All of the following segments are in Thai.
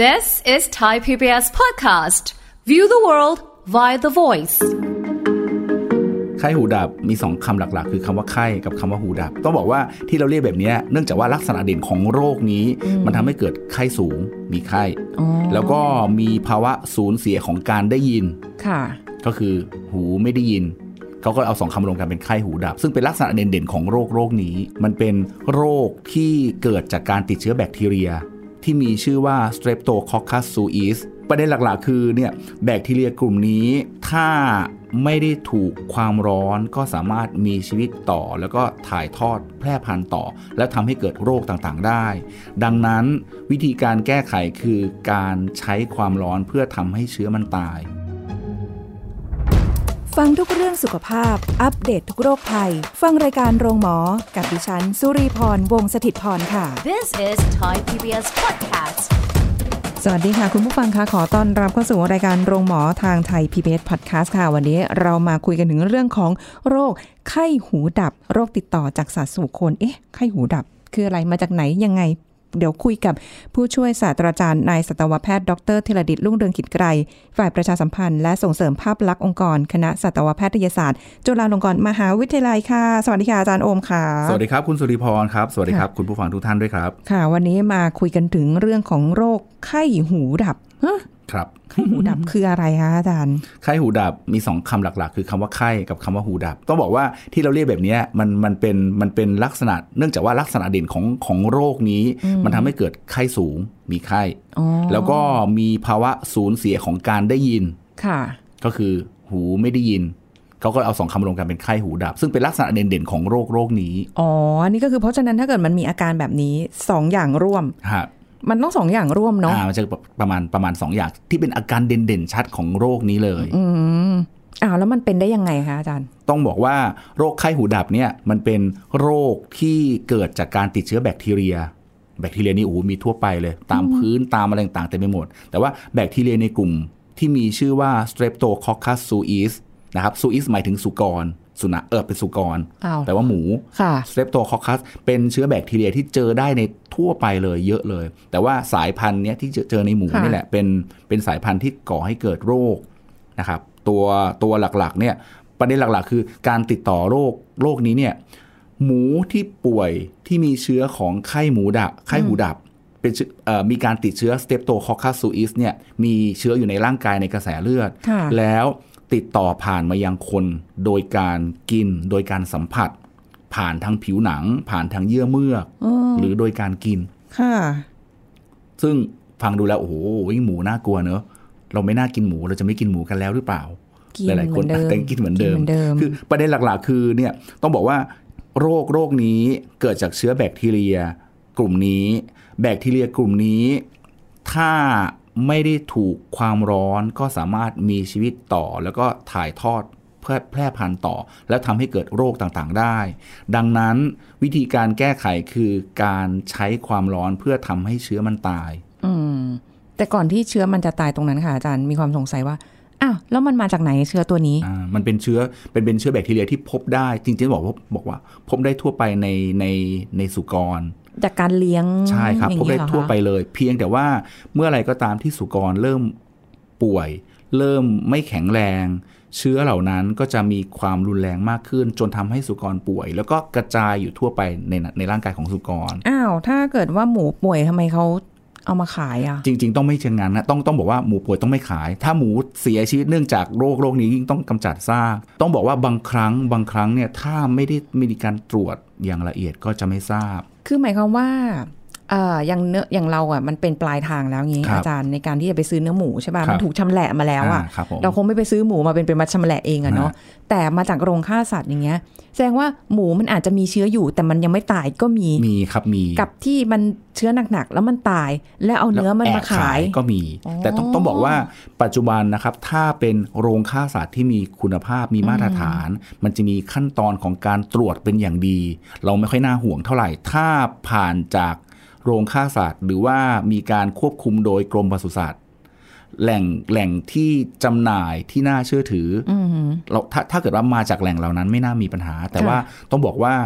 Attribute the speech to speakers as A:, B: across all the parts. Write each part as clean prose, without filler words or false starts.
A: This is Thai PBS podcast. View the world via the voice.
B: ไข้หูดับมี2คำหลักๆคือคำว่าไข้กับคำว่าหูดับต้องบอกว่าที่เราเรียกแบบนี้เนื่องจากว่าลักษณะเด่นของโรคนี้มันทำให้เกิดไข้สูงมีไข้แล้วก็มีภาวะสูญเสียของการได้ยิน
C: ค่ะ
B: ก็คือหูไม่ได้ยินเขาก็เอา2คำรวมกันเป็นไข้หูดับซึ่งเป็นลักษณะเด่นๆของโรคนี้มันเป็นโรคที่เกิดจากการติดเชื้อแบคทีเรียที่มีชื่อว่า Streptococcus suis ประเด็นหลักๆคือเนี่ยแบคทีเรียกลุ่มนี้ถ้าไม่ได้ถูกความร้อนก็สามารถมีชีวิตต่อแล้วก็ถ่ายทอดแพร่พันธุ์ต่อและทำให้เกิดโรคต่างๆได้ดังนั้นวิธีการแก้ไขคือการใช้ความร้อนเพื่อทำให้เชื้อมันตาย
C: ฟังทุกเรื่องสุขภาพอัปเดต ทุกโรคภัยฟังรายการโรงหมอกับดิฉันสุรีพรวงศ์สถิตย์พรค่ะ
A: This is Thai PBS podcast.
C: สวัสดีค่ะคุณผู้ฟังคะขอต้อนรับเข้าสู่รายการโรงหมอทางไทย PBS Podcast ค่ะวันนี้เรามาคุยกันถึงเรื่องของโรคไข้หูดับโรคติดต่อจากสัตว์สู่คนไข้หูดับคืออะไรมาจากไหนยังไงเดี๋ยวคุยกับผู้ช่วยศาสตราจารย์นายสัตวแพทย์ดร.ธีรดิษฐ์รุ่งเรืองกิจไกรฝ่ายประชาสัมพันธ์และส่งเสริมภาพลักษณ์องค์กรคณะสัตวแพทยศาสตร์จุฬาลงกรณ์มหาวิทยาลัยค่ะสวัสดีค่ะอาจารย์โอมค่ะ
B: สวัสดีครับคุณสุริพรครับสวัสดีครับคุณผู้ฟังทุกท่านด้วยครับ
C: ค่ะวันนี้มาคุยกันถึงเรื่องของโรคไข้หูดับ
B: ครับ
C: ไข้หูดับคืออะไรคะอาจารย์
B: ไข้หูดับมี2คำหลักๆคือคำว่าไข้กับคำว่าหูดับต้องบอกว่าที่เราเรียกแบบนี้มันเป็นลักษณะเนื่องจากว่าลักษณะเด่นของโรคนี้มันทำให้เกิดไข้สูงมีไข้แล้วก็มีภาวะสูญเสียของการได้ยิน
C: ค่ะ
B: ก็คือหูไม่ได้ยินเขาก็เอา2คำรวมกันเป็นไข้หูดับซึ่งเป็นลักษณะเด่นๆของโรคนี้
C: นี่ก็คือเพราะฉะนั้นถ้าเกิดมันมีอาการแบบนี้2อย่างร่วมมันต้อง2อย่างร่วมเนาะ
B: มันจะประมาณ2อย่างที่เป็นอาการเด่นๆชัดของโรคนี้เลย
C: แล้วมันเป็นได้ยังไงคะอาจารย์
B: ต้องบอกว่าโรคไข้หูดับเนี่ยมันเป็นโรคที่เกิดจากการติดเชื้อแบคทีเรียนี่มีทั่วไปเลยตามพื้นตามอะไรต่างๆเต็มไปหมดแต่ว่าแบคทีเรียในกลุ่มที่มีชื่อว่า Streptococcus suis นะครับ suis หมายถึงสุกรสุนัขเป็นสุกรแปลว่าหมู Streptococcus เป็นเชื้อแบคทีเรียที่เจอได้ในทั่วไปเลยเยอะเลยแต่ว่าสายพันธุ์เนี้ยที่เจอในหมูนี่แหละเป็นสายพันธุ์ที่ก่อให้เกิดโรคนะครับตัวหลักๆเนี่ยประเด็นหลักๆคือการติดต่อโรคนี้เนี่ยหมูที่ป่วยที่มีเชื้อของไข้หูดับเป็นมีการติดเชื้อ Streptococcus suis เนี่ยมีเชื้ออยู่ในร่างกายในกระแสเลือดแล้วติดต่อผ่านมายังคนโดยการกินโดยการสัมผัสผ่านทางผิวหนังผ่านทางเยื่อเมือกหรือโดยการกินซึ่งฟังดูแล้วหมูน่ากลัวเนอะเราไม่น่ากินหมูเราจะไม่กินหมูกันแล้วหรือเปล่าหลายๆคนแต่กินเหมือนเดิมคือประเด็นหลักๆคือเนี่ยต้องบอกว่าโรคนี้เกิดจากเชื้อแบคทีเรียกลุ่มนี้แบคทีเรียกลุ่มนี้ถ้าไม่ได้ถูกความร้อนก็สามารถมีชีวิตต่อแล้วก็ถ่ายทอดแพร่พันธุ์ต่อแล้วทำให้เกิดโรคต่างๆได้ดังนั้นวิธีการแก้ไขคือการใช้ความร้อนเพื่อทำให้เชื้อมันตาย
C: แต่ก่อนที่เชื้อมันจะตายตรงนั้นค่ะอาจารย์มีความสงสัยว่าแล้วมันมาจากไหนเชื้อตัวนี้
B: มันเป็นเชื้อแบคทีเรียที่พบได้จริงๆบอกว่าพบได้ทั่วไปในสุกร
C: จากการเลี้ยง
B: ใช่ครับพบได้ทั่วไปเลยเพียงแต่ว่าเมื่อไรก็ตามที่สุกรเริ่มป่วยเริ่มไม่แข็งแรงเชื้อเหล่านั้นก็จะมีความรุนแรงมากขึ้นจนทำให้สุกรป่วยแล้วก็กระจายอยู่ทั่วไปในร่างกายของสุกร
C: ถ้าเกิดว่าหมูป่วยทำไมเขาเอามาขาย
B: จริงๆต้องไม่เช่นนั้นนะต้องบอกว่าหมูป่วยต้องไม่ขายถ้าหมูเสียชีวิตเนื่องจากโรคนี้ยิ่งต้องกำจัดซากต้องบอกว่าบางครั้งเนี่ยถ้าไม่ได้มีการตรวจอย่างละเอียดก็จะไม่ทราบ
C: คือหมายความว่าอย่างเรามันเป็นปลายทางแล้วงี้อาจารย์ในการที่จะไปซื้อเนื้อหมูใช่ป่ะมันถูกชำแหละมาแล้วเราคงไม่ไปซื้อหมูมาเป็นมัดชำแหละเองเนาะแต่มาจากโรงฆ่าสัตว์อย่างเงี้ยแสดงว่าหมูมันอาจจะมีเชื้ออยู่แต่มันยังไม่ตายก็มี
B: ครับมี
C: กับที่มันเชื้อหนักๆแล้วมันตายแล้วเอาเนื้อมันมาขาย
B: ก็มีแต่ต้องบอกว่าปัจจุบันนะครับถ้าเป็นโรงฆ่าสัตว์ที่มีคุณภาพมีมาตรฐานมันจะมีขั้นตอนของการตรวจเป็นอย่างดีเราไม่ค่อยน่าห่วงเท่าไหร่ถ้าผ่านจากโรงฆ่าสัตว์หรือว่ามีการควบคุมโดยกรมปศุสัตว์แหล่งที่จำหน่ายที่น่าเชื่อถือเราถ้าเกิดว่ามาจากแหล่งเหล่านั้นไม่น่ามีปัญหาแต่ว่าต้องบอกว่า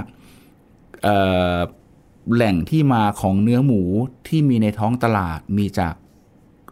B: แหล่งที่มาของเนื้อหมูที่มีในท้องตลาดมีจาก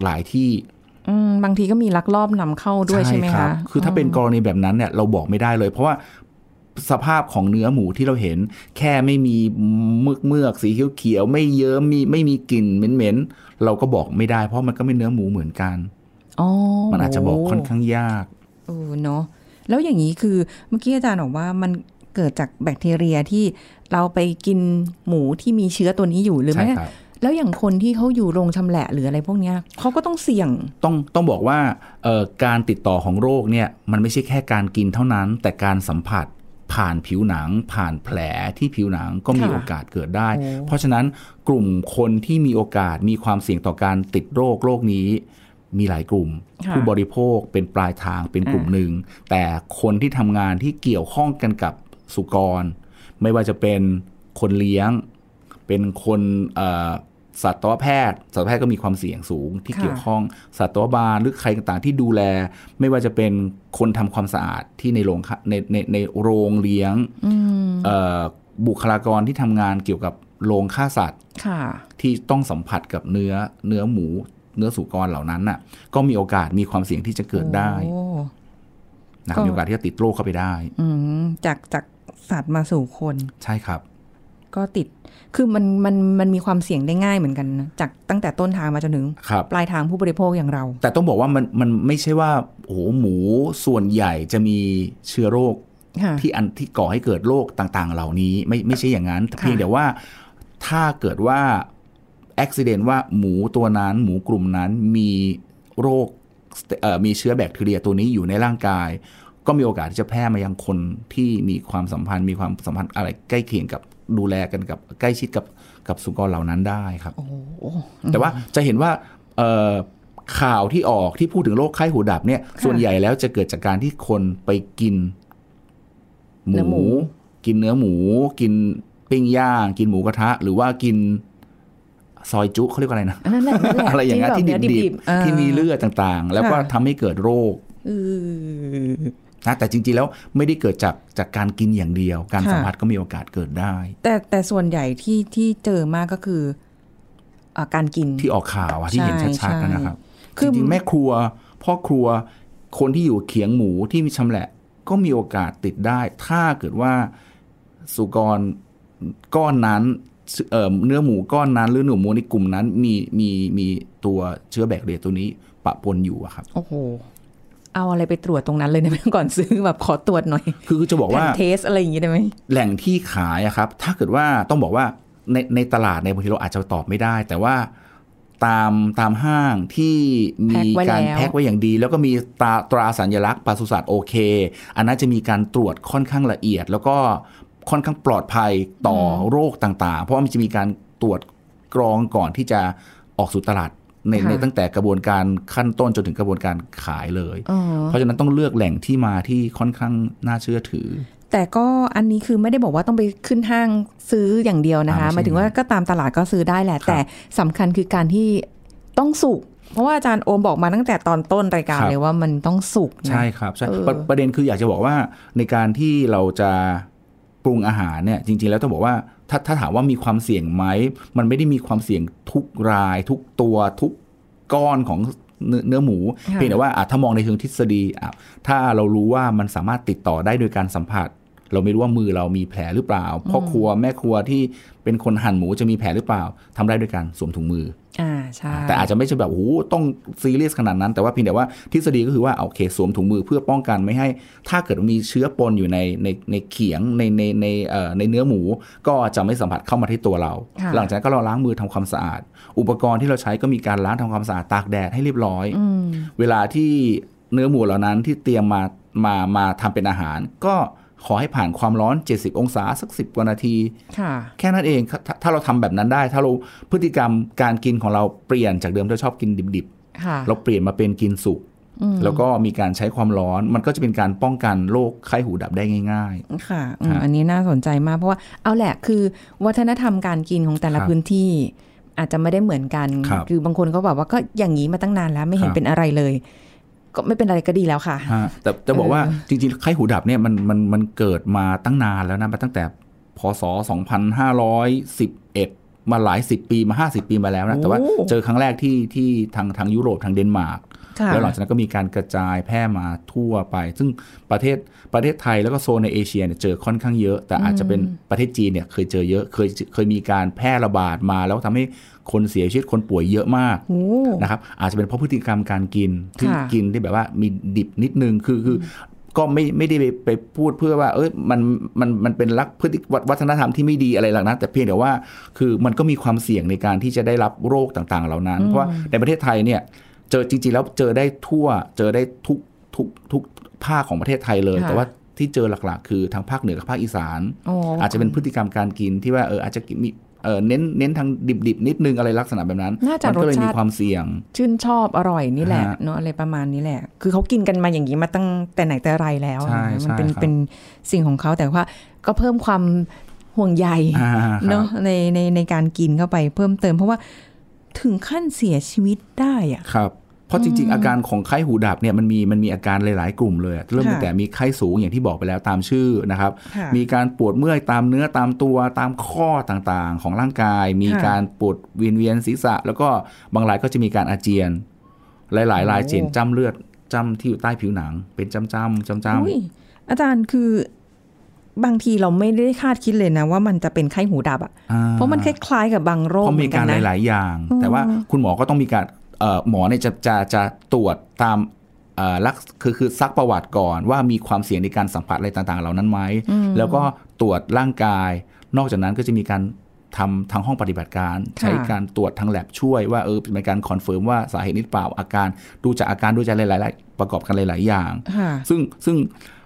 B: หลายที่
C: บางทีก็มีลักลอบนำเข้าด้วยใช่ไหมคะ
B: คือถ้าเป็นกรณีแบบนั้นเนี่ยเราบอกไม่ได้เลยเพราะว่าสภาพของเนื้อหมูที่เราเห็นแค่ไม่มีเมือกสีเขียวๆไม่เยิ้มไม่มีกลิ่นเหม็นๆเราก็บอกไม่ได้เพราะมันก็ไม่เนื้อหมูเหมือนกันมันอาจจะบอกค่อนข้างยาก
C: เนาะแล้วอย่างนี้คือเมื่อกี้อาจารย์บอกว่ามันเกิดจากแบคทีเรียที่เราไปกินหมูที่มีเชื้อตัวนี้อยู่หรือไม่แล้วอย่างคนที่เขาอยู่โรงชำแหละหรืออะไรพวกนี้เขาก็ต้องเสี่ยง
B: ต้องบอกว่าการติดต่อของโรคเนี่ยมันไม่ใช่แค่การกินเท่านั้นแต่การสัมผัสผ่านผิวหนังผ่านแผลที่ผิวหนังก็มีโอกาสเกิดได้เพราะฉะนั้นกลุ่มคนที่มีโอกาสมีความเสี่ยงต่อการติดโรคนี้มีหลายกลุ่มผู้บริโภคเป็นปลายทางเป็นกลุ่มหนึ่งแต่คนที่ทำงานที่เกี่ยวข้องกันกับสุกรไม่ว่าจะเป็นคนเลี้ยงเป็นคนสัตวแพทย์ก็มีความเสี่ยงสูงที่เกี่ยวข้องสัตวบาลหรือใครต่างๆที่ดูแลไม่ว่าจะเป็นคนทำความสะอาดที่ในโรงเลี้ยงบุคลากรที่ทำงานเกี่ยวกับโรงฆ่าสัตว์ที่ต้องสัมผัสกับเนื้อหมูเนื้อสุกรเหล่านั้นน่ะก็มีโอกาสมีความเสี่ยงที่จะเกิดได้นะมีโอกาสที่จะติดโรคเข้าไปได้
C: จากสัตว์มาสู่คน
B: ใช่ครับ
C: ก็ติดคือมันมีความเสี่ยงได้ง่ายเหมือนกันนะจากตั้งแต่ต้นทางมาจนถึงปลายทางผู้บริโภคอย่างเรา
B: แต่ต้องบอกว่ามันไม่ใช่ว่าโอ้โหหมูส่วนใหญ่จะมีเชื้อโรคที่ก่อให้เกิดโรคต่างๆเหล่านี้ไม่ใช่อย่างนั้นเพียงแต่ว่าถ้าเกิดว่าอุบัติเหตุว่าหมูตัวนั้นหมูกลุ่มนั้นมีโรคมีเชื้อแบคทีเรียตัวนี้อยู่ในร่างกายก็มีโอกาสที่จะแพร่มายังคนที่มีความสัมพันธ์อะไรใกล้เคียงกับดูแลกันกับใกล้ชิดกับสุกรเหล่านั้นได้ครับแต่ว่าจะเห็นว่าข่าวที่ออกที่พูดถึงโรคไข้หูดับเนี่ยส่วนใหญ่แล้วจะเกิดจากการที่คนไปกินหมูกินเนื้อหมูกินปิ้งย่างกินหมูกระทะหรือว่ากินซอยจุเขาเรียกอะไรนะอะไรอย่างเงี้ยที่ดิบๆที่มีเลือดต่างๆแล้วก็ทำให้เกิดโรคนะแต่จริงๆแล้วไม่ได้เกิดจากการกินอย่างเดียวการสัมผัสก็มีโอกาสเกิดได้
C: แต่ส่วนใหญ่ที่เจอมากก็คือการกิน
B: ที่ออกข่าวที่เห็นชัดๆนะครับจริงๆแม่ครัวพ่อครัวคนที่อยู่เขียงหมูที่มีชำแหละก็มีโอกาสติดได้ถ้าเกิดว่าสุกรก้อนนั้นเนื้อหมูก้อนนั้นหรือเนื้อหมูในกลุ่มนั้นมีตัวเชื้อแบคทีเรียตัวนี้ปะปนอยู่ครับ
C: โอ้โหเอาอะไรไปตรวจตรงนั้นเลยนะก่อนซื้อแบบขอตรวจหน่อย
B: คือจะบอกว่า
C: เทสอะไรอย่างงี้ได้ไหม
B: แหล่งที่ขายอะครับถ้าเกิดว่าต้องบอกว่าในตลาดในบางทีเราอาจจะตอบไม่ได้แต่ว่าตามห้างที่มีการแพ็คไว้อย่างดีแล้วก็มีตราสัญลักษณ์ปศุสัตว์โอเคอันนั้นจะมีการตรวจค่อนข้างละเอียดแล้วก็ค่อนข้างปลอดภัยต่อโรคต่างๆเพราะว่ามันจะมีการตรวจกรองก่อนที่จะออกสู่ตลาดในตั้งแต่กระบวนการขั้นต้นจนถึงกระบวนการขายเลยเพราะฉะนั้นต้องเลือกแหล่งที่มาที่ค่อนข้างน่าเชื่อถือ
C: แต่ก็อันนี้คือไม่ได้บอกว่าต้องไปขึ้นห้างซื้ออย่างเดียวนะคะหมายถึงว่าก็ตามตลาดก็ซื้อได้แหละแต่สำคัญคือการที่ต้องสุกเพราะว่าอาจารย์โอมบอกมาตั้งแต่ตอนต้นรายการเลยว่ามันต้องสุก
B: ใช่ครับใช่ประเด็นคืออยากจะบอกว่าในการที่เราจะปรุงอาหารเนี่ยจริงๆแล้วต้องบอกว่าถ้าถามว่ามีความเสี่ยงไหมมันไม่ได้มีความเสี่ยงทุกรายทุกตัวทุกก้อนของเนื้อหมูเพียงแต่ว่าถ้ามองในเชิงทฤษฎีถ้าเรารู้ว่ามันสามารถติดต่อได้โดยการสัมผัสเราไม่รู้ว่ามือเรามีแผลหรือเปล่าพ่อครัวแม่ครัวที่เป็นคนหั่นหมูจะมีแผลหรือเปล่าทำได้ด้วยการสวมถุงมือ
C: ใช่
B: แต่อาจจะไม่ใช่แบบโอ้โหต้องซีเรียสขนาดนั้นแต่ว่าเพียงแต่ว่าทฤษฎีก็คือว่าโอเคสวมถุงมือเพื่อป้องกันไม่ให้ถ้าเกิดมีเชื้อปนอยู่ในเขียงในเนื้อหมูก็จะไม่สัมผัสเข้ามาที่ตัวเราหลังจากนั้นก็เราล้างมือทำความสะอาดอุปกรณ์ที่เราใช้ก็มีการล้างทำความสะอาดตากแดดให้เรียบร้อยเวลาที่เนื้อหมูเหล่านั้นที่เตรียมมาทำเป็นอาหารก็ขอให้ผ่านความร้อน70องศาสัก10กว่านาทีแค่นั้นเองถ้าเราทำแบบนั้นได้ถ้าเราพฤติกรรมการกินของเราเปลี่ยนจากเดิมที่ชอบกินดิบๆเราเปลี่ยนมาเป็นกินสุกแล้วก็มีการใช้ความร้อนมันก็จะเป็นการป้องกันโรคไข้หูดับได้ง่าย
C: ๆค่ะอันนี้น่าสนใจมากเพราะว่าเอาแหละคือวัฒนธรรมการกินของแต่ละพื้นที่อาจจะไม่ได้เหมือนกันคือบางคนก็บอกว่าก็อย่างนี้มาตั้งนานแล้วไม่เห็นเป็นอะไรเลยก็ไม่เป็นไรก็ดีแล้วค่ะ
B: แต่จะบอกว่าจริงๆไข้หูดับเนี่ยมันเกิดมาตั้งนานแล้วนะมาตั้งแต่พศ2511 มาหลาย10 ปีมา50 ปีมาแล้วนะแต่ว่าเจอครั้งแรกที่ทางยุโรปทางเดนมาร์กแล้วหลังจากนั้นก็มีการกระจายแพร่มาทั่วไปซึ่งประเทศไทยแล้วก็โซนในเอเชียเนี่ยเจอค่อนข้างเยอะแต่อาจจะเป็นประเทศจีนเนี่ยเคยเจอเยอะเคยมีการแพร่ระบาดมาแล้วทำให้คนเสียชีวิตคนป่วยเยอะมากนะครับอาจจะเป็นเพราะพฤติกรรมการกินที่กินที่แบบว่ามีดิบนิดนึงคือก็ไม่ได้ไปพูดเพื่อว่ามันเป็นลักพฤติวัฒนธรรมที่ไม่ดีอะไรหรอกนะแต่เพียงแต่ว่าคือมันก็มีความเสี่ยงในการที่จะได้รับโรคต่างๆเหล่านั้นเพราะว่าในประเทศไทยเนี่ยเจอจริงๆแล้วเจอได้ทั่วเจอได้ทุกภาคของประเทศไทยเลยแต่ว่าที่เจอหลักๆคือทางภาคเหนือกับภาคอีสานอาจจะเป็นพฤติกรรมการกินที่ว่าอาจจะมีเน้นทางดิบๆนิดนึงอะไรลักษณะแบบนั้นมันก็เลยมีความเสี่ยง
C: ชื่นชอบอร่อยนี่แหละเนาะอะไรประมาณนี้แหละคือเขากินกันมาอย่างนี้มาตั้งแต่ไหนแต่ไรแล้วมันเป็นสิ่งของเขาแต่ว่าก็เพิ่มความห่วงใยเนาะในการกินเข้าไปเพิ่มเติมเพราะว่าถึงขั้นเสียชีวิตได้อะ
B: ครับเพราะจริงๆอาการของไข้หูดับเนี่ยมันมีอาการหลายๆกลุ่มเลยเริ่มตั้งแต่มีไข้สูงอย่างที่บอกไปแล้วตามชื่อนะครับมีการปวดเมื่อยตามเนื้อตามตัวตามข้อต่างๆของร่างกายมีการปวดเวียนศีรษะแล้วก็บางรายก็จะมีการอาเจียนหลายๆรายเจียนจ้ำเลือดจ้ำที่อยู่ใต้ผิวหนังเป็นจ้ำ
C: อาจารย์คือบางทีเราไม่ได้คาดคิดเลยนะว่ามันจะเป็นไข้หูดับเพราะมันคล้ายๆกับบางโรค
B: เพราะมีการหลายๆอย่างแต่ว่าคุณหมอก็ต้องมีการหมอเนี่ยจะตรวจตามคือซักประวัติก่อนว่ามีความเสี่ยงในการสัมผัสอะไรต่างๆเหล่านั้นไหมแล้วก็ตรวจร่างกายนอกจากนั้นก็จะมีการทำทางห้องปฏิบัติการใช้การตรวจทางแลบช่วยว่าเป็นการคอนเฟิร์มว่าสาเหตุนี้เปล่าอาการดูจากอาการดูจากหลายๆประกอบกันหลายๆอย่างซึ่ง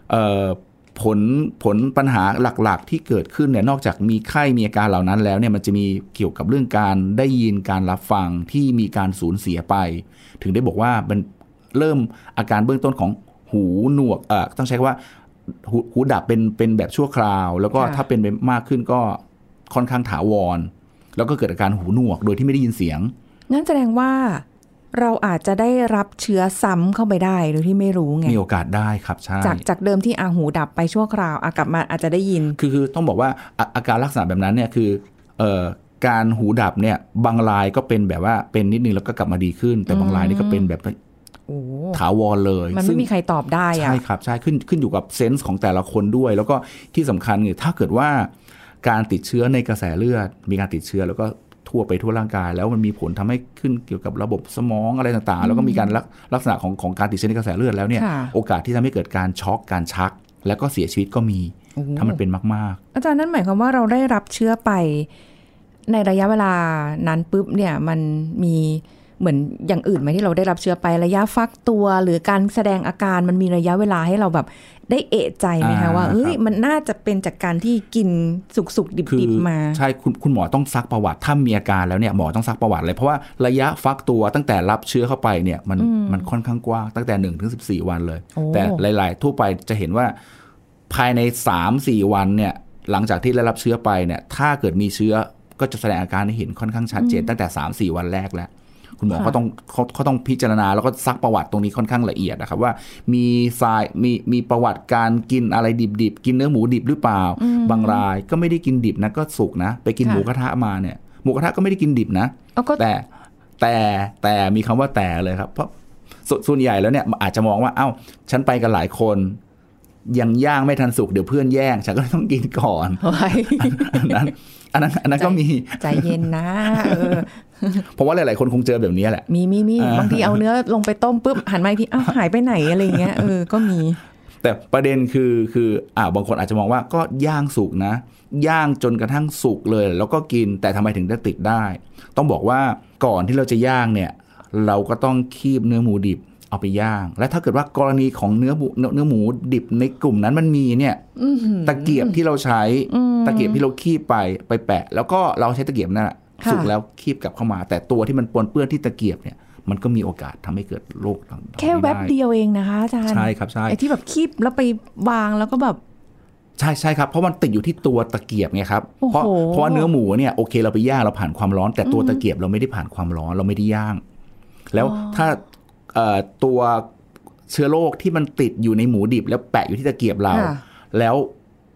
B: ผลปัญหาหลักๆที่เกิดขึ้นเนี่ยนอกจากมีไข้มีอาการเหล่านั้นแล้วเนี่ยมันจะมีเกี่ยวกับเรื่องการได้ยินการรับฟังที่มีการสูญเสียไปถึงได้บอกว่ามันเริ่มอาการเบื้องต้นของหูหนวกต้องใช้คำว่าหูดับเป็นแบบชั่วคราวแล้วก็ถ้าเป็นมากขึ้นก็ค่อนข้างถาวรแล้วก็เกิดอาการหูหนวกโดยที่ไม่ได้ยินเสียง
C: นั่นแสดงว่าเราอาจจะได้รับเชื้อซ้ำเข้าไปได้โดยที่ไม่รู้ไง
B: มีโอกาสได้ครับใช่
C: จากเดิมที่หูดับไปชั่วคราวกลับมาอาจจะได้ยิน
B: คือต้องบอกว่าอาการลักษณะแบบนั้นเนี่ยคือการหูดับเนี่ยบางรายก็เป็นแบบว่าเป็นนิดนึงแล้วก็กลับมาดีขึ้นแต่บางรายนี่ก็เป็นแบบถาวรเลย
C: มันไม่มีใครตอบได้
B: ใช่ครับใช่ขึ้นอยู่กับเซนส์ของแต่ละคนด้วยแล้วก็ที่สำคัญคือถ้าเกิดว่าการติดเชื้อในกระแสเลือดมีการติดเชื้อแล้วก็ทั่วไปทั่วร่างกายแล้วมันมีผลทำให้ขึ้นเกี่ยวกับระบบสมองอะไรต่างๆแล้วก็มีการลักษณะของการติดเชื้อในกระแสเลือดแล้วเนี่ยโอกาสที่ทำให้เกิดการช็อกการชักแล้วก็เสียชีวิตก็มีถ้ามันเป็นมาก
C: ๆอาจารย์นั่นหมายความว่าเราได้รับเชื้อไปในระยะเวลานั้นปุ๊บเนี่ยมันมีเหมือนอย่างอื่นไหมที่เราได้รับเชื้อไประยะฟักตัวหรือการแสดงอาการมันมีระยะเวลาให้เราแบบได้เอะใจไหมคะว่าเฮ้ยมันน่าจะเป็นจากการที่กินสุกดิบๆมา
B: ใช่คุณหมอต้องซักประวัติถ้ามีอาการแล้วเนี่ยหมอต้องซักประวัติเลยเพราะว่าระยะฟักตัวตั้งแต่รับเชื้อเข้าไปเนี่ยมันค่อนข้างกว้างตั้งแต่1 ถึง 14 วันเลยแต่หลายๆทั่วไปจะเห็นว่าภายใน 3-4 วันเนี่ยหลังจากที่ได้รับเชื้อไปเนี่ยถ้าเกิดมีเชื้อก็จะแสดงอาการให้เห็นค่อนข้างชัดเจนตั้งแต่ 3-4 วันแรกแล้วคุณหมอเขาต้องพิจารณาแล้วก็ซักประวัติตรงนี้ค่อนข้างละเอียดนะครับว่ามีประวัติการกินอะไรดิบๆกินเนื้อหมูดิบหรือเปล่าบางรายก็ไม่ได้กินดิบนะก็สุกนะไปกินหมูกระทะมาเนี่ยหมูกระทะก็ไม่ได้กินดิบนะแต่มีคำว่าแต่เลยครับเพราะส่วนใหญ่แล้วเนี่ยอาจจะมองว่าเอ้าฉันไปกันหลายคนยังย่างไม่ทันสุกเดี๋ยวเพื่อนแย่งฉันก็ต้องกินก่อนอันนั้นก็มี
C: ใจเย็นนะ
B: เพราะว่าหลายๆคนคงเจอแบบนี้แหละ
C: มีบางทีเอาเนื้อลงไปต้มปุ๊บหันมาอีกทีอ้าวหายไปไหนอะไรเงี้ยก็มี
B: แต่ประเด็นคือบางคนอาจจะมองว่าก็ย่างสุกนะย่างจนกระทั่งสุกเลยแล้วก็กินแต่ทำไมถึงได้ติดได้ต้องบอกว่าก่อนที่เราจะย่างเนี่ยเราก็ต้องคีบเนื้อหมูดิบเอาไปย่างและถ้าเกิดว่ากรณีของเนื้อหมูดิบในกลุ่มนั้นมันมีเนี่ยตะเกียบที่เราใช้ตะเกียบที่เราคีบไปแปะแล้วก็เราใช้ตะเกียบนั่นแหละสุกแล้วคีบกลับเข้ามาแต่ตัวที่มันปนเปื้อนที่ตะเกียบเนี่ยมันก็มีโอกาสทำให้เกิดโรคต่างๆ
C: แค่แวบเดียวเองนะคะอาจารย์
B: ใช่ครับใช่
C: ไอ้ที่แบบคีบแล้วไปวางแล้วก็แบบ
B: ใช่ครับเพราะมันติดอยู่ที่ตัวตะเกียบไงครับเพราะเนื้อหมูเนี่ยโอเคเราไปย่างเราผ่านความร้อนแต่ตัวตะเกียบเราไม่ได้ผ่านความร้อนเราไม่ได้ย่างแล้วถ้าตัวเชื้อโรคที่มันติดอยู่ในหมูดิบแล้วแปะอยู่ที่ตะเกียบเราแล้ว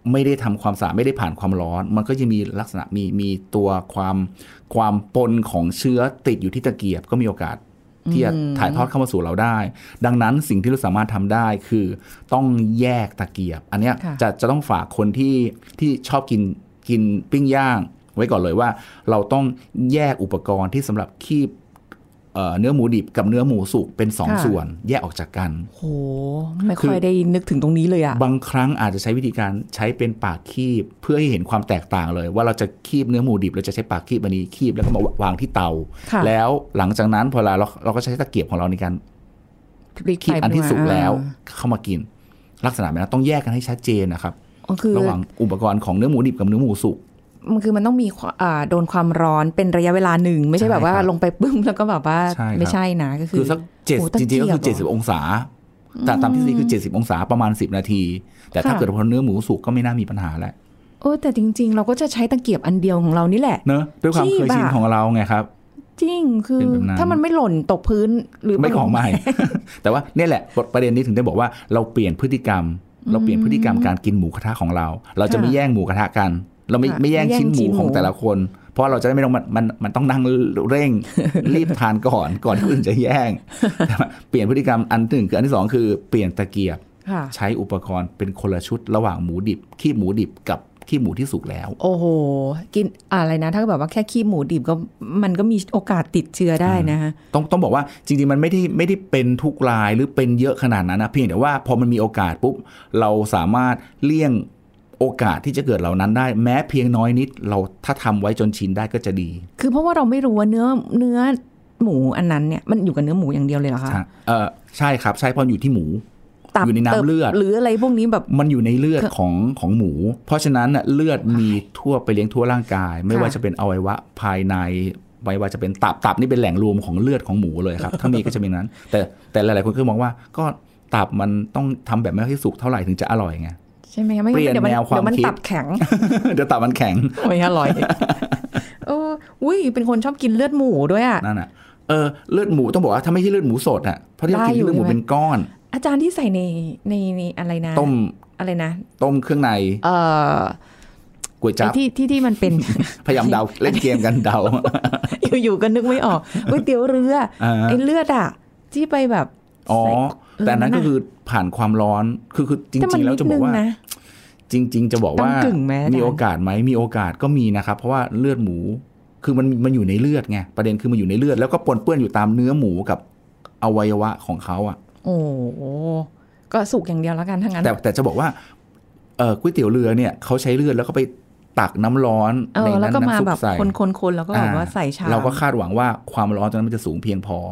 B: ไม่ได้ทำความสะอาดไม่ได้ผ่านความร้อนมันก็จะมีลักษณะมีตัวความปนของเชื้อติดอยู่ที่ตะเกียบก็มีโอกาสที่จะถ่ายทอดเข้ามาสู่เราได้ดังนั้นสิ่งที่เราสามารถทำได้คือต้องแยกตะเกียบอันเนี้ยจะต้องฝากคนที่ชอบกินปิ้งย่างไว้ก่อนเลยว่าเราต้องแยกอุปกรณ์ที่สำหรับคีบเนื้อหมูดิบกับเนื้อหมูสุกเป็น2 ส่วนแยกออกจากกัน
C: โหไม่ค่อยได้นึกถึงตรงนี้เลยอะ
B: บางครั้งอาจจะใช้วิธีการใช้เป็นปากคีบเพื่อให้เห็นความแตกต่างเลยว่าเราจะคีบเนื้อหมูดิบเราจะใช้ปากคีบอันนี้คีบแล้วก็มาวางที่เตาแล้วหลังจากนั้นพอเราก็ใช้ตะเกียบของเราในการคีบอันที่สุกแล้วเข้ามากินลักษณะแบบนั้นต้องแยกกันให้ชัดเจนนะครับระหว่างอุปกรณ์ของเนื้อหมูดิบกับเนื้อหมูสุก
C: มันต้องมีโดนความร้อนเป็นระยะเวลาหนึ่งไม่ใช่แบบว่าลงไปปึ้มแล้วก็แบบว่าไม่ใช่นะก็คือ
B: สักจริงๆก็คือ70องศาแต่ตามที่คือ70องศาประมาณ10นาทีแต่ถ้าเกิดพอเนื้อหมูสุกก็ไม่น่ามีปัญหาแล้ว
C: แต่จริงๆเราก็จะใช้ตะเกียบอันเดียวของเรานี่แหละ
B: เนอะด้วยความเคยชินของเราไงครับ
C: จริงคือถ้ามันไม่หล่นตกพื้นหรือ
B: ไม่ของใหม่ แต่ว่าเนี่ยแหละประเด็นนี้ถึงได้บอกว่าเราเปลี่ยนพฤติกรรมการกินหมูกระทะของเราจะไม่แย่งหมูกระทะกันเราไม่แย่งชิ้นหมูของแต่ละคนเพราะเราจะไม่ต้องมันต้องนั่งเร่ง รีบทานก่อนที่อื่นจะแย่งเปลี่ยนพฤติกรรมอันหนึ่งคืออันที่2คือเปลี่ยนตะเกียบใช้อุปกรณ์เป็นคนละชุดระหว่างหมูดิบคีบหมูดิบกับคีบหมูที่สุกแล้ว
C: โอ้โหกินอะไรนะถ้าแบบว่าแค่คีบหมูดิบก็มันก็มีโอกาสติดเชื้อได้นะฮะ
B: ต้องบอกว่าจริงๆมันไม่ได้เป็นทุกรายหรือเป็นเยอะขนาดนั้นนะเพียงแต่ว่าพอมันมีโอกาสปุ๊บเราสามารถเลี่ยงโอกาสที่จะเกิดเหล่านั้นได้แม้เพียงน้อยนิดเราถ้าทำไว้จนชินได้ก็จะดี
C: คือเพราะว่าเราไม่รู้ว่าเนื้อหมูอันนั้นเนี่ยมันอยู่กับเนื้อหมูอย่างเดียวเลยเหรอคะ
B: ใช่ครับใช่เพราะอยู่ที่หมูอยู่ในน้ำเลือด
C: หรืออะไรพวกนี้แบบ
B: มันอยู่ในเลือดของหมูเพราะฉะนั้นเลือดมีทั่วไปเลี้ยงทั่วร่างกายไม่ว่าจะเป็นอวัยวะภายในไม่ว่าจะเป็นตับนี่เป็นแหล่งรวมของเลือดของหมูเลยครับถ้ามีก็จะมีนั้นแต่หลายๆคนก็มองว่าก็ตับมันต้องทำแบบไม่ค่อยสุกเท่าไหร่ถึงจะอร่อยไง
C: ใช่ไหมไม่
B: เปลี่ยนแนวความคิด
C: ตับแข็ง
B: เดี๋ยวตับมันแข็ง
C: ไม่อร่อยอุ้ยเป็นคนชอบกินเลือดหมูด้วยอ่ะ
B: นั่นอ่ะเลือดหมูต้องบอกว่าถ้าไม่ใช่เลือดหมูสดอ่ะเพราะที่เรากินเลือดหมูเป็นก้อน
C: อาจารย์ที่ใส่ในอะไรนะ
B: ต้ม
C: อะไรนะ
B: ต้มเครื่องในก๋วยจั๊บ
C: ที่มันเป็น
B: พยายามเดาเล่นเกมกันเดา
C: อยู่ๆก็นึกไม่ออกก๋วยเตี๋ยวเรือไอ้เลือดอ่ะที่ไปแบบ
B: แต่นั้นก็คือผ่านความร้อนคือจริงๆแล้วจะบอกว่าจริงๆจะบอกว่ามีโอกาสไหมมีโอกาสก็มีนะครับเพราะว่าเลือดหมูคือมันอยู่ในเลือดไงประเด็นคือมันอยู่ในเลือดแล้วก็ปนเปื้อนอยู่ตามเนื้อหมูกับอวัยวะของเขาอ่ะ
C: โอ้ก็สุกอย่างเดียวแล้วกันทั้งนั้น
B: แต่จะบอกว่าก๋วยเตี๋ยวเรือเนี่ยเขาใช้เลือดแล้วก็ไปตักน้ำร้อน
C: ในนั้นน้ำซุปใส่คนๆแล้วก็แบบว่าใส่ชาม
B: เราก็คาดหวังว่าความร้อนตรงนั้นมันจะสูงเพียงพอ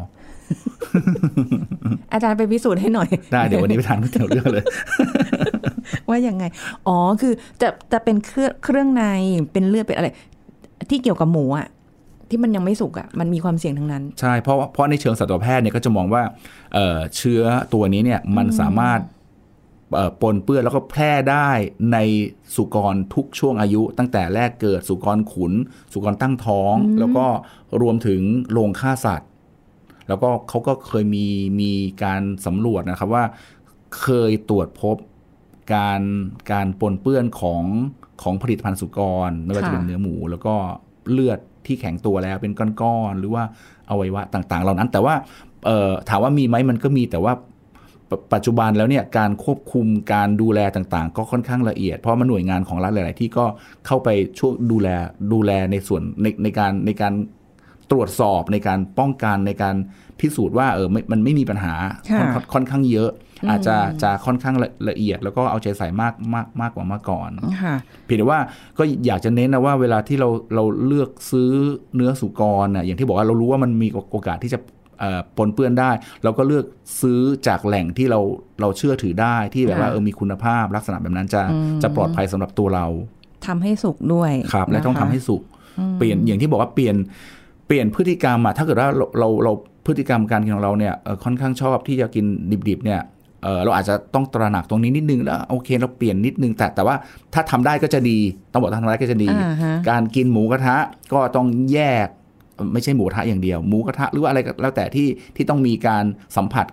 C: อาจารย์ไปพิสูจน์ให้หน่อย
B: ได้เดี๋ยววันนี้ไปทานก๋วยเตี๋ยวเรือเลย
C: ว่ายังไงคือจะเป็นเครื่องในเป็นเลือดเป็นอะไรที่เกี่ยวกับหมูอ่ะที่มันยังไม่สุกอ่ะมันมีความเสี่ยงทั้งนั้น
B: ใช่เพราะในเชิงสัตวแพทย์เนี่ยก็จะมองว่าเชื้อตัวนี้เนี่ยมันสามารถปนเปื้อนแล้วก็แพร่ได้ในสุกรทุกช่วงอายุตั้งแต่แรกเกิดสุกรขุนสุกรตั้งท้องแล้วก็รวมถึงโรงฆ่าสัตว์แล้วก็เขาก็เคยมีการสำรวจนะครับว่าเคยตรวจพบการปนเปื้อนของผลิตภัณฑ์สุกรไม่ว่าจะเป็นเนื้อหมูแล้วก็เลือดที่แข็งตัวแล้วเป็นก้อนๆหรือว่าอวัยวะต่างๆเหล่านั้นแต่ว่าถามว่ามีไหมมันก็มีแต่ว่าปัจจุบันแล้วเนี่ยการควบคุมการดูแลต่างๆก็ค่อนข้างละเอียดเพราะมันหน่วยงานของรัฐหลายๆที่ก็เข้าไปช่วยดูแลในส่วนในการตรวจสอบในการป้องกันในการพิสูจน์ว่ามันไม่มีปัญหาค่อนข้างเยอะอาจจะค่อนข้างละเอียดแล้วก็เอาใจใส่มากกว่าเมื่อก่อนเพียงแต่ว่าก็อยากจะเน้นนะว่าเวลาที่เราเลือกซื้อเนื้อสุกรน่ะอย่างที่บอกว่าเรารู้ว่ามันมีโอกาสที่จะปนเปื้อนได้เราก็เลือกซื้อจากแหล่งที่เราเชื่อถือได้ที่แบบว่ามีคุณภาพลักษณะแบบนั้นจะปลอดภัยสำหรับตัวเรา
C: ทำให้สุกด้วย
B: ครับและต้องทำให้สุกเปลี่ยนอย่างที่บอกว่าเปลี่ยนพฤติกรรมถ้าเกิดว่าเราพฤติกรรมการกินของเราเนี่ยค่อนข้างชอบที่จะกินดิบๆเนี่ยเราอาจจะต้องตระหนักตรงนี้นิดนึงแล้วโอเคเราเปลี่ยนนิดนึงแต่ว่าถ้าทำได้ก็จะดีต้องบอกทำได้ก็จะดี การกินหมูกระทะก็ต้องแยกไม่ใช่หมูกระทะอย่างเดียวหมูกระทะหรือว่าอะไรแล้วแต่ที่ต้องมีการสัมผัสกับ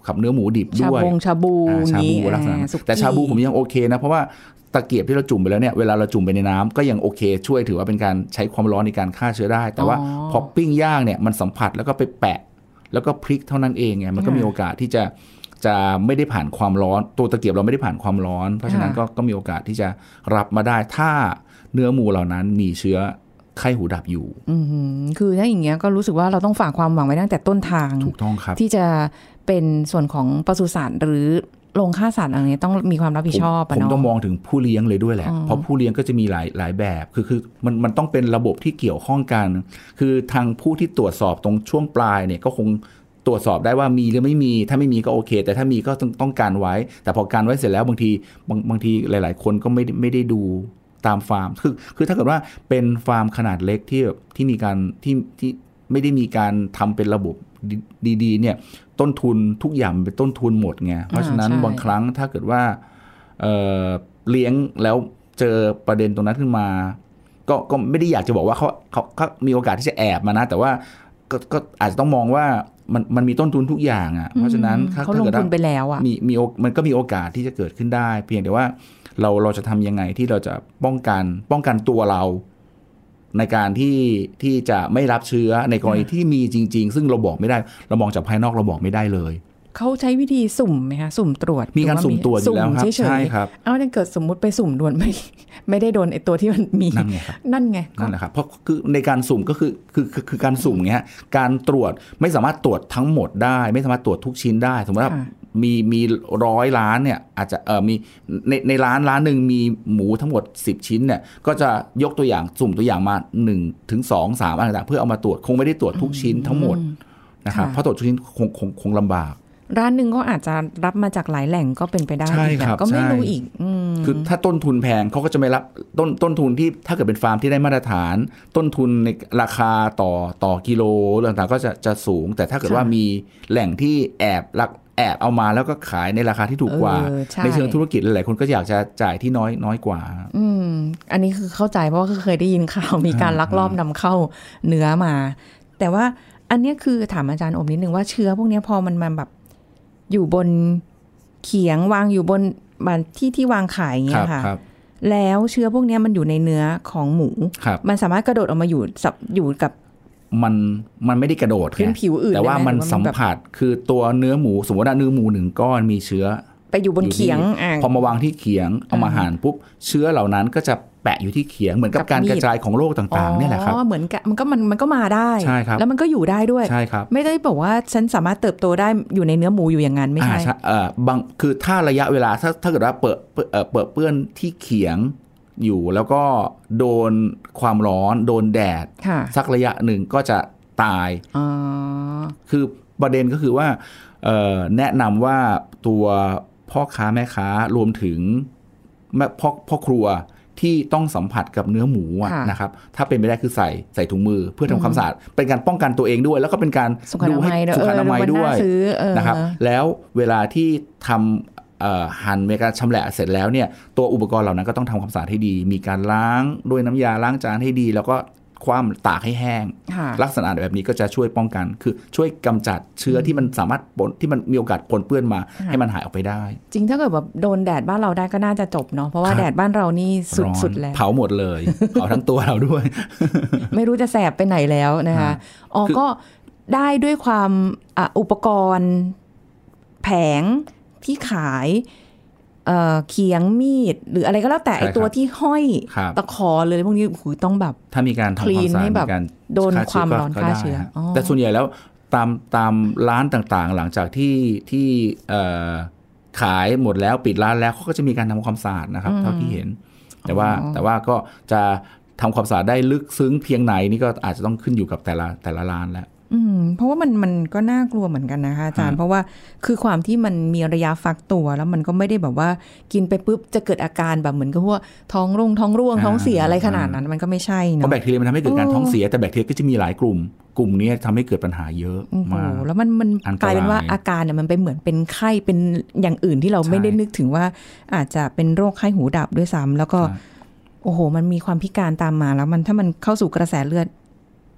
B: เนื้อหมูดิบด้วย
C: ชาบู
B: ลักษณะแต่ชาบูผมยังโอเคนะเพราะว่าตะเกียบที่เราจุ่มไปแล้วเนี่ยเวลาเราจุ่มไปในน้ำก็ยังโอเคช่วยถือว่าเป็นการใช้ความร้อนในการฆ่าเชื้อได้แต่ว่าพอปิ้งย่างเนี่ยมันสัมผัสแล้วก็ไปแปะแล้วก็พลิกเท่านั้นเองไงมันก็มีโอกาสที่จะไม่ได้ผ่านความร้อนตัวตะเกียบเราไม่ได้ผ่านความร้อนเพราะฉะนั้นก็มีโอกาสที่จะรับมาได้ถ้าเนื้อหมูเหล่านั้นมีเชื้อไข้หูดับอยู่
C: คือถ้าอย่างเงี้ยก็รู้สึกว่าเราต้องฝากความหวังไว้ตั้งแต่ต้นทาง
B: ถูกต้องครับ
C: ที่จะเป็นส่วนของปศุสัตว์หรือโรงฆ่าสัตว์อะไรนี้ต้องมีความรับผิดชอบ
B: ผมต้องมองถึงผู้เลี้ยงเลยด้วยแหละเพราะผู้เลี้ยงก็จะมีหลายแบบคือมันต้องเป็นระบบที่เกี่ยวข้องกันคือทางผู้ที่ตรวจสอบตรงช่วงปลายเนี่ยก็คงตรวจสอบได้ว่ามีหรือไม่มีถ้าไม่มีก็โอเคแต่ถ้ามีก็ต้องการไว้แต่พอการไว้เสร็จแล้วบางทีหลายๆคนก็ไม่ได้ดูตามฟาร์มคือถ้าเกิดว่าเป็นฟาร์มขนาดเล็กที่มีการที่ไม่ได้มีการทำเป็นระบบดีๆเนี่ยต้นทุนทุกอย่างเป็นต้นทุนหมดไงเพราะฉะนั้นบางครั้งถ้าเกิดว่าเลี้ยงแล้วเจอประเด็นตรงนั้นขึ้นมาก็ไม่ได้อยากจะบอกว่าเขามีโอกาสที่จะแอบมานะแต่ว่าก็อาจจะต้องมองว่ามันมีต้นทุนทุกอย่างอ่ะเพราะฉะนั้น
C: เขาลงทุนไปแล้วอ่ะ
B: มันก็มีโอกาสที่จะเกิดขึ้นได้เพียงแต่ว่าเราจะทำยังไงที่เราจะป้องกันตัวเราในการที่จะไม่รับเชื้อในกรณีที่มีจริงๆซึ่งเราบอกไม่ได้เรามองจากภายนอกเราบอกไม่ได้เลย
C: เขาใช้วิธีสุ่มไหมคะสุ่มตรวจ
B: มีการสุ่มตรวจอยู่แล้วครับใช่ครับ
C: ถ้าเกิดสมมุติไปสุ่มด่วนไม่ได้โดนไอ้ตัวที่มันมีนั่นไงนั่นแ
B: หละครับเพราะคือในการสุ่มก็คือการสุ่มเงี้ยการตรวจไม่สามารถตรวจทั้งหมดได้ไม่สามารถตรวจทุกชิ้นได้สมมติว่ามี100 ล้านเนี่ยอาจจะมีในล้านนึงมีหมูทั้งหมด10ชิ้นเนี่ยก็จะยกตัวอย่างสุ่มตัวอย่างมา1 ถึง 2 3อะไรต่างๆเพื่อเอามาตรวจคงไม่ได้ตรวจทุกชิ้นทั้งหมดนะครับเพราะตรวจทุกชิ้นคงลำบาก
C: ร้านหนึ่งก็อาจจะรับมาจากหลายแหล่งก็เป็นไปได้อีกแบบก็ไม่รู้อีก
B: คือถ้าต้นทุนแพงเขาก็จะไม่รับต้นทุนที่ถ้าเกิดเป็นฟาร์มที่ได้มาตรฐานต้นทุนในราคาต่อกิโลต่างๆก็จะสูงแต่ถ้าเกิดว่ามีแหล่งที่แอบเอามาแล้วก็ขายในราคาที่ถูกกว่าในเชิงธุรกิจหลายๆคนก็อยากจะจ่ายที่น้อยกว่า
C: อันนี้คือเข้าใจเพราะว่าเคยได้ยินข่าวมีการลักลอบนำเข้าเนื้อมาแต่ว่าอันนี้คือถามอาจารย์อมนิดนึงว่าเชื้อพวกนี้พอมันแบบอยู่บนเขียงวางอยู่บนที่วางขายอย่างเงี้ยค่ะแล้วเชื้อพวกนี้มันอยู่ในเนื้อของหมูมันสามารถกระโดดออกมาอยู่กับ
B: มันไม่ได้กระโดด
C: พื้นผิวอื่น
B: แต่ว่ามันสัมผัสคือตัวเนื้อหมูสมมติว่าเนื้อหมู1 ก้อนมีเชื้อ
C: ไปอยู่บนเขียง
B: พอมาวางที่เขียงเอามาหั่นปุ๊บเชื้อเหล่านั้นก็จะแปะอยู่ที่เขียงเหมือนกับการกระจายของโรคต่างๆเนี่ยแหละครับ
C: เหมือนมันก็มาได้
B: ใช่ครับ
C: แล้วมันก็อยู่ได้ด้วย
B: ใช่ครับ
C: ไม่ได้บอกว่าฉันสามารถเติบโตได้อยู่ในเนื้อหมูอยู่อย่างนั้นไม่ใช่
B: บางคือถ้าระยะเวลาถ้าเกิดว่าเปื้อนที่เขียงอยู่แล้วก็โดนความร้อนโดนแดดสักระยะหนึ่งก็จะตายคือประเด็นก็คือว่าแนะนำว่าตัวพ่อค้าแม่ค้ารวมถึงพ่อครัวที่ต้องสัมผัสกับเนื้อหมูนะครับถ้าเป็นไปได้คือใส่ถุงมือเพื่อทำความสะอาดเป็นการป้องกันตัวเองด้วยแล้วก็เป็นการ
C: ดูให้สุขอนามัยด้วย
B: นะครับแล้วเวลาที่ทำหั่นมีการชำแหละเสร็จแล้วเนี่ยตัวอุปกรณ์เหล่านั้นก็ต้องทำความสะอาดให้ดีมีการล้างด้วยน้ำยาล้างจานให้ดีแล้วก็คว่ำตากให้แห้งลักษณะแบบนี้ก็จะช่วยป้องกันคือช่วยกำจัดเชื้อที่มันสามารถที่มันมีโอกาสปนเปื้อนมาให้มันหายออกไปได้
C: จริงถ้าเกิดแบบโดนแดดบ้านเราได้ก็น่าจะจบเนาะเพราะว่าแดดบ้านเรานี่สุดแล้ว
B: เผาหมดเลยเผาทั้งตัวเราด้วย
C: ไม่รู้จะแสบไปไหนแล้วนะคะก็ได้ด้วยความอุปกรณ์แผงที่ขายเขียงมีดหรืออะไรก็แล้วแต่ไอตัวที่ห้อยตะขอเลยพวกนี้ต้องแบบ
B: ถ้ามีการทำความสะอาด
C: แบบโดนความร้อนฆ่าเชื้อ
B: แต่ส่วนใหญ่แล้วตามร้านต่างๆหลังจากที่ขายหมดแล้วปิดร้านแล้วเขาก็จะมีการทำความสะอาดนะครับเท่าที่เห็นแต่ว่าก็จะทำความสะอาดได้ลึกซึ้งเพียงไหนนี่ก็อาจจะต้องขึ้นอยู่กับแต่ละร้านแล้ว
C: เพราะว่ามันก็น่ากลัวเหมือนกันนะคะอาจารย์เพราะว่าคือความที่มันมีระยะฟักตัวแล้วมันก็ไม่ได้แบบว่ากินไปปุ๊บจะเกิดอาการแบบเหมือนกับว่าท้องร่วงท้องเสียอะไรขนาดนั้นมันก็ไม่ใช่เนาะ
B: เพราะแบคทีเรียมันทำให้เกิดการท้องเสียแต่แบคทีเรียก็จะมีหลายกลุ่มนี้ทำให้เกิดปัญหาเยอะมาก
C: แล้วมันกลายเป็นว่าอาการเนี่ยมันเป็นเหมือนเป็นไข้เป็นอย่างอื่นที่เราไม่ได้นึกถึงว่าอาจจะเป็นโรคไข้หูดับด้วยซ้ำแล้วก็โอ้โหมันมีความพิการตามมาแล้วถ้ามันเข้าสู่กระแสเลือด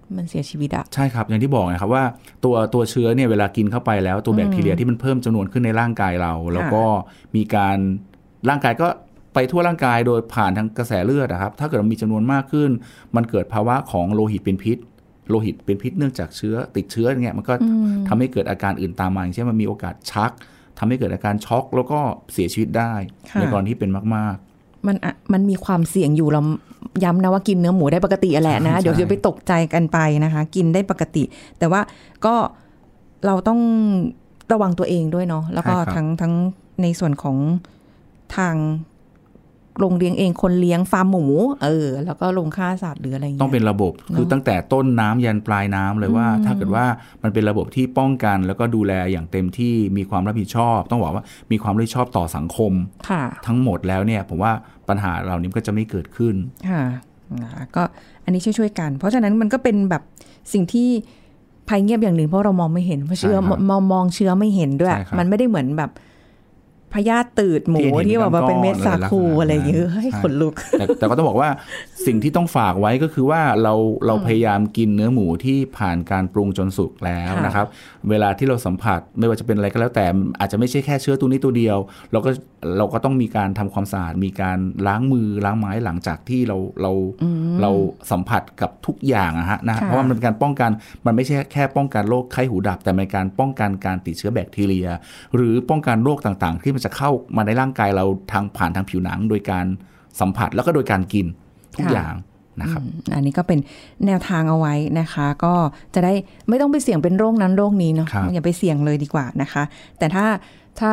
C: มันเสียชีวิตอะ
B: ใช่ครับอย่างที่บอกนะครับว่าตัวเชื้อเนี่ยเวลากินเข้าไปแล้วตัวแบคทีเรียที่มันเพิ่มจำนวนขึ้นในร่างกายเราแล้วก็มีการร่างกายก็ไปทั่วร่างกายโดยผ่านทางกระแสเลือดนะครับถ้าเกิดมันมีจำนวนมากขึ้นมันเกิดภาวะของโลหิตเป็นพิษเนื่องจากติดเชื้ออย่างเงี้ยมันก็ทำให้เกิดอาการอื่นตามมาอย่างเช่นมันมีโอกาสชักทำให้เกิดอาการช็อกแล้วก็เสียชีวิตได้ในกรณีที่เป็นมาก
C: ๆมันมีความเสี่ยงอยู่เราย้ำนะว่ากินเนื้อหมูได้ปกติแหละนะเดี๋ยวจะไปตกใจกันไปนะคะกินได้ปกติแต่ว่าก็เราต้องระวังตัวเองด้วยเนาะแล้วก็ทั้งในส่วนของทางโรงเลี้ยงเองคนเลี้ยงฟาร์มหมูแล้วก็โรงฆ่าสัตว์หรืออะไรอย่างเงี้ย
B: ต้องเป็นระบบคือตั้งแต่ต้นน้ำยันปลายน้ำเลยว่าถ้าเกิดว่ามันเป็นระบบที่ป้องกันแล้วก็ดูแลอย่างเต็มที่มีความรับผิดชอบต้องบอกว่ามีความรับผิดชอบต่อสังคมทั้งหมดแล้วเนี่ยผมว่าปัญหาเหล่านี้ก็จะไม่เกิดขึ้น
C: ค่ะก็อันนี้ช่วยๆกันเพราะฉะนั้นมันก็เป็นแบบสิ่งที่ภัยเงียบอย่างหนึ่งเพราะเรามองไม่เห็นเพราะเชื้อมองเชื้อไม่เห็นด้วยมันไม่ได้เหมือนแบบพยาธิตืดหมูที่แบบว่าเป็นเม็ดสาคูอะไรอย่างเงี้ยให้ขนลุก
B: แต่ก็ต้องบอกว่าสิ่งที่ต้องฝากไว้ก็คือว่าเราพยายามกินเนื้อหมูที่ผ่านการปรุงจนสุกแล้วนะครับเวลาที่เราสัมผัสไม่ว่าจะเป็นอะไรก็แล้วแต่อาจจะไม่ใช่แค่เชื้อตัวนี้ตัวเดียวเราก็ต้องมีการทำความสะอาดมีการล้างมือล้างไม้หลังจากที่เราสัมผัสกับทุกอย่างนะเพราะว่ามันเป็นการป้องกันมันไม่ใช่แค่ป้องกันโรคไข้หูดับแต่เป็นการป้องกันการติดเชื้อแบคทีเรียหรือป้องกันโรคต่างๆที่มันจะเข้ามาในร่างกายเราผ่านทางผิวหนังโดยการสัมผัสแล้วก็โดยการกินทุกอย่างนะครับ
C: อันนี้ก็เป็นแนวทางเอาไว้นะคะก็จะได้ไม่ต้องไปเสี่ยงเป็นโรคนั้นโรคนี้เนาะอย่าไปเสี่ยงเลยดีกว่านะคะแต่ถ้า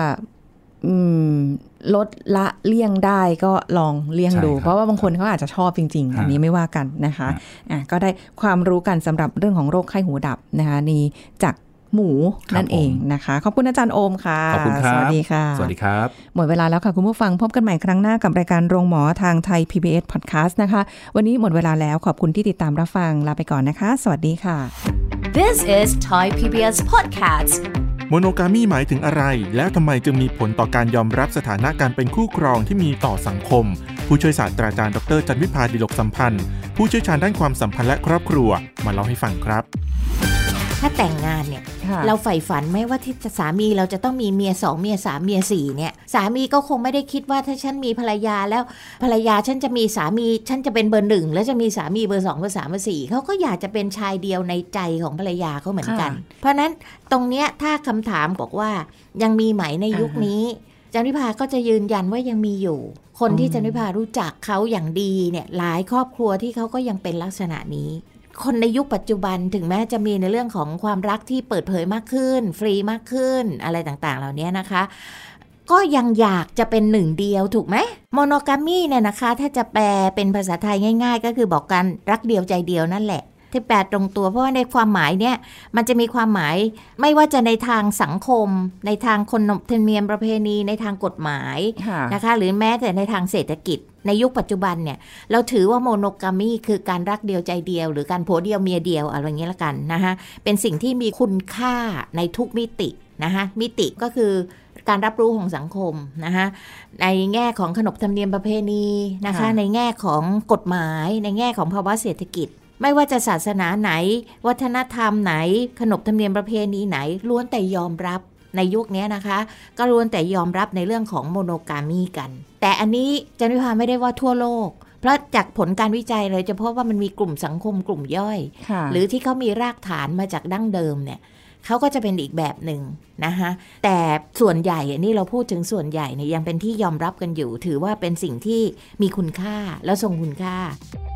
C: ลดละเลี่ยงได้ก็ลองเลี่ยงดูเพราะว่าบางคนเขาอาจจะชอบจริงๆอันนี้ไม่ว่ากันนะคะก็ได้ความรู้กันสำหรับเรื่องของโรคไข้หูดับนะคะนี่จากหมูนั่นเองนะคะขอบคุณอาจารย์โอมค่ะ
B: ขอบคุณครับ
C: สวัสดีค่ะ
B: สวัสดีครับ
C: หมดเวลาแล้วค่ะคุณผู้ฟังพบกันใหม่ครั้งหน้ากับรายการโรงหมอทางไทย PBS Podcast นะคะวันนี้หมดเวลาแล้วขอบคุณที่ติดตามรับฟังลาไปก่อนนะคะสวัสดีค่ะ
A: This is Thai PBS Podcast
D: โมโนกามีหมายถึงอะไรแล้วทำไมจึงมีผลต่อการยอมรับสถานะการเป็นคู่ครองที่มีต่อสังคมผู้ช่วยศาสตราจารย์ดร.จันวิภา ดิลกสัมพันธ์ผู้เชี่ยวชาญด้านความสัมพันธ์และครอบครัวมาเล่าให้ฟังครับ
E: ถ้าแต่งงานเนี่ยเราใฝ่ฝันไหมว่าที่สามีเราจะต้องมีเมีย2เมีย3เมีย4เนี่ยสามีก็คงไม่ได้คิดว่าถ้าฉันมีภรรยาแล้วภรรยาฉันจะมีสามีฉันจะเป็นเบอร์1แล้วจะมีสามีเบอร์2เบอร์3เบอร์4เขาก็อยากจะเป็นชายเดียวในใจของภรรยาเขาเหมือนกันเพราะนั้นตรงเนี้ยถ้าคำถามบอกว่ายังมีไหมในยุคนี้จันวิภาก็จะยืนยันว่ายังมีอยู่คนที่จันวิภารู้จักเขาอย่างดีเนี่ยหลายครอบครัวที่เขาก็ยังเป็นลักษณะนี้คนในยุคปัจจุบันถึงแม้จะมีในเรื่องของความรักที่เปิดเผยมากขึ้นฟรีมากขึ้นอะไรต่างๆเหล่านี้นะคะก็ยังอยากจะเป็นหนึ่งเดียวถูกไหมโมโนกามีเนี่ยนะคะถ้าจะแปลเป็นภาษาไทยง่ายๆก็คือบอกกันรักเดียวใจเดียวนั่นแหละที่แปลตรงตัวเพราะว่าในความหมายเนี่ยมันจะมีความหมายไม่ว่าจะในทางสังคมในทางขนบธรรมเนียมประเพณีในทางกฎหมายนะคะหรือแม้แต่ในทางเศรษฐกิจในยุคปัจจุบันเนี่ยเราถือว่าโมโนกามีคือการรักเดียวใจเดียวหรือการผัวเดียวเมียเดียวอะไรอย่างเงี้ยละกันนะคะเป็นสิ่งที่มีคุณค่าในทุกมิตินะคะมิติก็คือการรับรู้ของสังคมนะคะในแง่ของขนบธรรมเนียมประเพณีนะคะในแง่ของกฎหมายในแง่ของภาวะเศรษฐกิจไม่ว่าจะศาสนาไหนวัฒนธรรมไหนขนบธรรมเนียมประเพณีไหนล้วนแต่ยอมรับในยุคนี้นะคะก็ล้วนแต่ยอมรับในเรื่องของโมโนกามีกันแต่อันนี้จันวิภาไม่ได้ว่าทั่วโลกเพราะจากผลการวิจัยเลยจะพบว่ามันมีกลุ่มสังคมกลุ่มย่อยหรือที่เขามีรากฐานมาจากดั้งเดิมเนี่ยเขาก็จะเป็นอีกแบบหนึ่งนะคะแต่ส่วนใหญ่นี่เราพูดถึงส่วนใหญ่เนี่ยยังเป็นที่ยอมรับกันอยู่ถือว่าเป็นสิ่งที่มีคุณค่าและทรงคุณค่า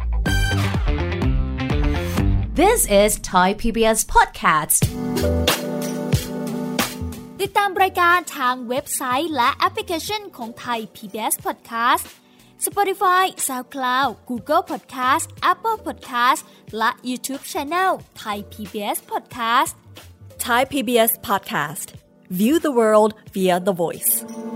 A: This is Thai PBS Podcast
F: ติดตามรายการทางเว็บไซต์และแอปพลิเคชันของ Thai PBS Podcast Spotify, SoundCloud, Google Podcast, Apple Podcast และ YouTube Channel Thai PBS Podcast
G: Thai PBS Podcast View the world via the voice